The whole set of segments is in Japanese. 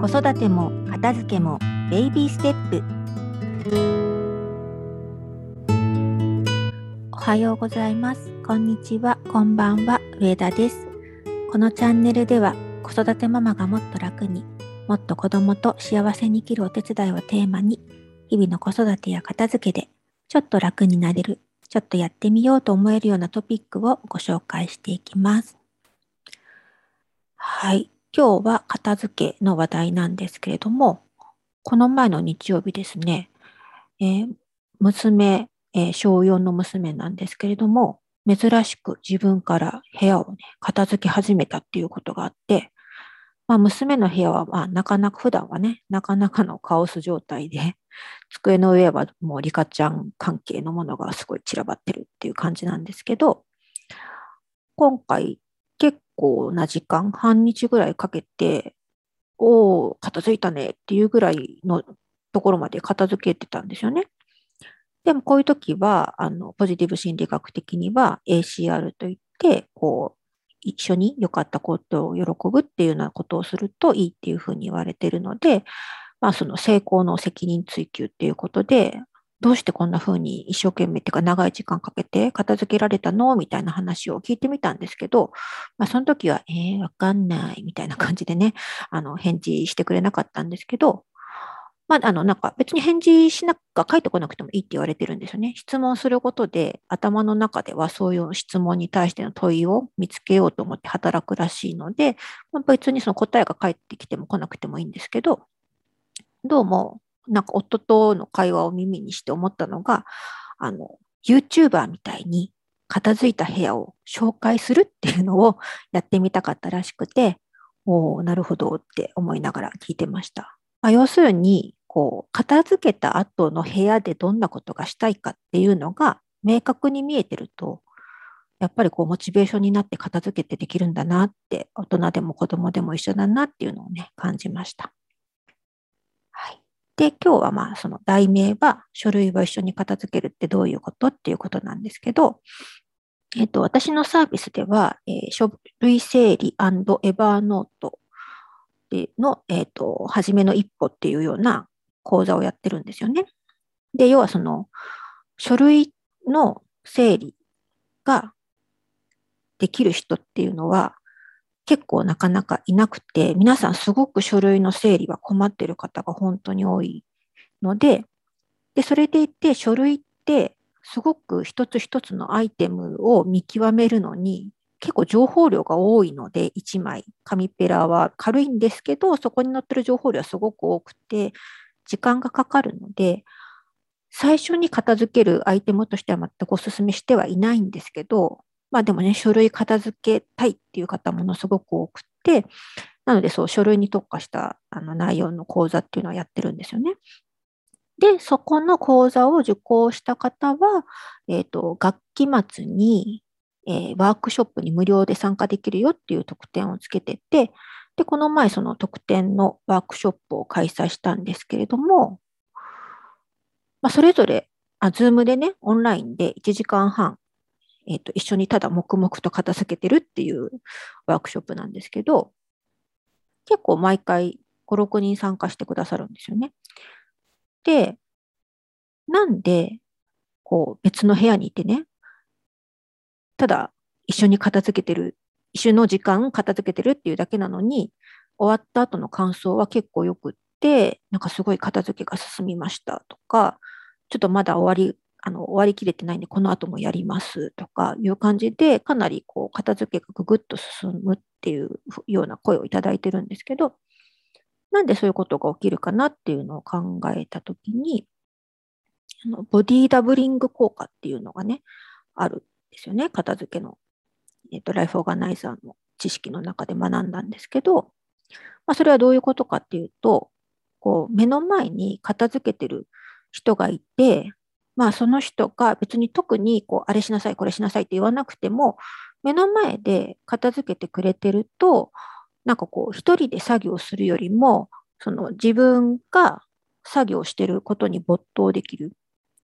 子育ても片付けもベイビーステップ。おはようございます。こんにちは、こんばんは、上田です。このチャンネルでは子育てママがもっと楽に、もっと子供と幸せに生きるお手伝いをテーマに、日々の子育てや片付けでちょっと楽になれる、ちょっとやってみようと思えるようなトピックをご紹介していきます。はい。今日は片付けの話題なんですけれども、この前の日曜日ですね、娘、小4の娘なんですけれども、珍しく自分から部屋をね、片付け始めたっていうことがあって、娘の部屋は、なかなか普段はね、なかなかのカオス状態で、机の上はもうリカちゃん関係のものがすごい散らばってるっていう感じなんですけど、今回結構な時間、半日ぐらいかけて、片付いたねっていうぐらいのところまで片付けてたんですよね。でもこういう時は、ポジティブ心理学的には ACR といって、一緒に良かったことを喜ぶっていうようなことをするといいっていうふうに言われているので、その成功の責任追及っていうことで、どうしてこんな風に一生懸命っていうか長い時間かけて片付けられたのみたいな話を聞いてみたんですけど、その時は、わかんないみたいな感じでね、返事してくれなかったんですけど、なんか別に返事しなか書いてこなくてもいいって言われてるんですよね。質問することで、頭の中ではそういう質問に対しての問いを見つけようと思って働くらしいので、別にその答えが返ってきても来なくてもいいんですけど、どうも、なんか夫との会話を耳にして思ったのが、YouTuber みたいに片付いた部屋を紹介するっていうのをやってみたかったらしくて、なるほどって思いながら聞いてました。要するに、片付けた後の部屋でどんなことがしたいかっていうのが明確に見えてると、やっぱりモチベーションになって片付けてできるんだなって、大人でも子供でも一緒だなっていうのをね、感じました。はい。で、今日はその題名は、書類は一緒に片付けるってどういうことっていうことなんですけど、私のサービスでは、書類整理エバーノートの、初めの一歩っていうような講座をやってるんですよね。で、要はその、書類の整理ができる人っていうのは、結構なかなかいなくて、皆さんすごく書類の整理は困っている方が本当に多いので、それでいて書類ってすごく一つ一つのアイテムを見極めるのに結構情報量が多いので、1枚紙ペラは軽いんですけど、そこに載ってる情報量はすごく多くて時間がかかるので、最初に片付けるアイテムとしては全くお勧めしてはいないんですけど、でもね、書類片付けたいっていう方ものすごく多くて、なのでそう、書類に特化した内容の講座っていうのをやってるんですよね。で、そこの講座を受講した方は、学期末に、ワークショップに無料で参加できるよっていう特典をつけてて、で、この前その特典のワークショップを開催したんですけれども、それぞれ、ズームでね、オンラインで1時間半、一緒にただ黙々と片付けてるっていうワークショップなんですけど、結構毎回5、6人参加してくださるんですよね。で、なんで、別の部屋にいてね、ただ一緒に片付けてる、一緒の時間片付けてるっていうだけなのに、終わった後の感想は結構よくって、なんかすごい片付けが進みましたとか、ちょっとまだ終わりきれてないんで、この後もやりますとかいう感じで、かなり片付けがぐぐっと進むっていうような声をいただいてるんですけど、なんでそういうことが起きるかなっていうのを考えたときに、ボディダブリング効果っていうのがね、あるんですよね。片付けの、ライフオーガナイザーの知識の中で学んだんですけど、それはどういうことかっていうと、目の前に片付けてる人がいて、その人が別に特にあれしなさい、これしなさいって言わなくても、目の前で片付けてくれてると、なんか一人で作業するよりも、その自分が作業してることに没頭できる。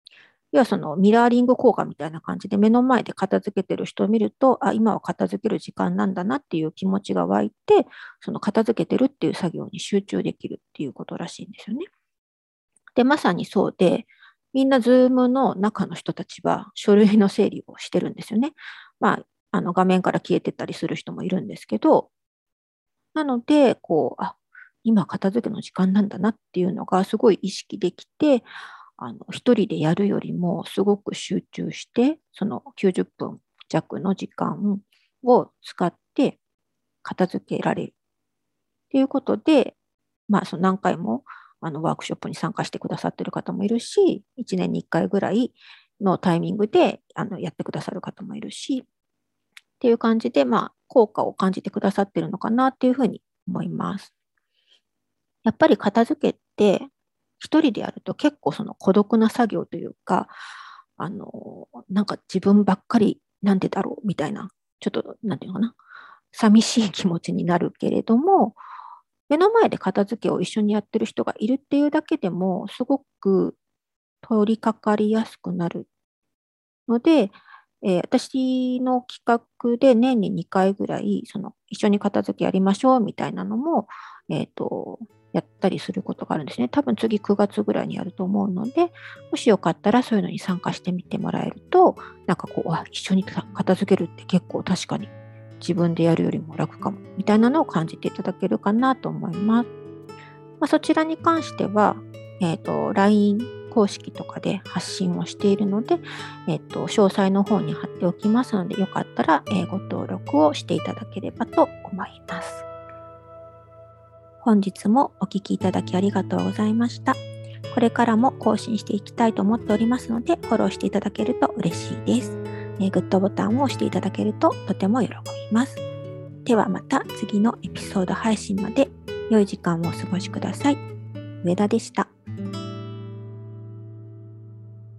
要はそのミラーリング効果みたいな感じで目の前で片付けてる人を見ると、今は片付ける時間なんだなっていう気持ちが湧いて、その片付けてるっていう作業に集中できるっていうことらしいんですよね。で、まさにそうで、みんなズームの中の人たちは書類の整理をしてるんですよね。画面から消えてたりする人もいるんですけど、なので、今片付けの時間なんだなっていうのがすごい意識できて、一人でやるよりもすごく集中して、その90分弱の時間を使って片付けられるっていうことで、その何回もワークショップに参加してくださってる方もいるし、1年に1回ぐらいのタイミングでやってくださる方もいるし、っていう感じで、効果を感じてくださってるのかなっていうふうに思います。やっぱり片付けって一人でやると結構その孤独な作業というか、なんか自分ばっかりなんでだろうみたいな、ちょっと、なんていうのかな、寂しい気持ちになるけれども、目の前で片付けを一緒にやってる人がいるっていうだけでも、すごく取り掛かりやすくなるので、私の企画で年に2回ぐらい、一緒に片付けやりましょうみたいなのも、やったりすることがあるんですね。多分次9月ぐらいにやると思うので、もしよかったらそういうのに参加してみてもらえると、なんか一緒に片付けるって結構確かに自分でやるよりも楽かも、みたいなのを感じていただけるかなと思います。そちらに関しては、LINE 公式とかで発信をしているので、詳細の方に貼っておきますので、よかったら、ご登録をしていただければと思います。本日もお聞きいただきありがとうございました。これからも更新していきたいと思っておりますので、フォローしていただけると嬉しいです。グッドボタンを押していただけるととても喜びます。ではまた次のエピソード配信まで良い時間をお過ごしください。上田でした。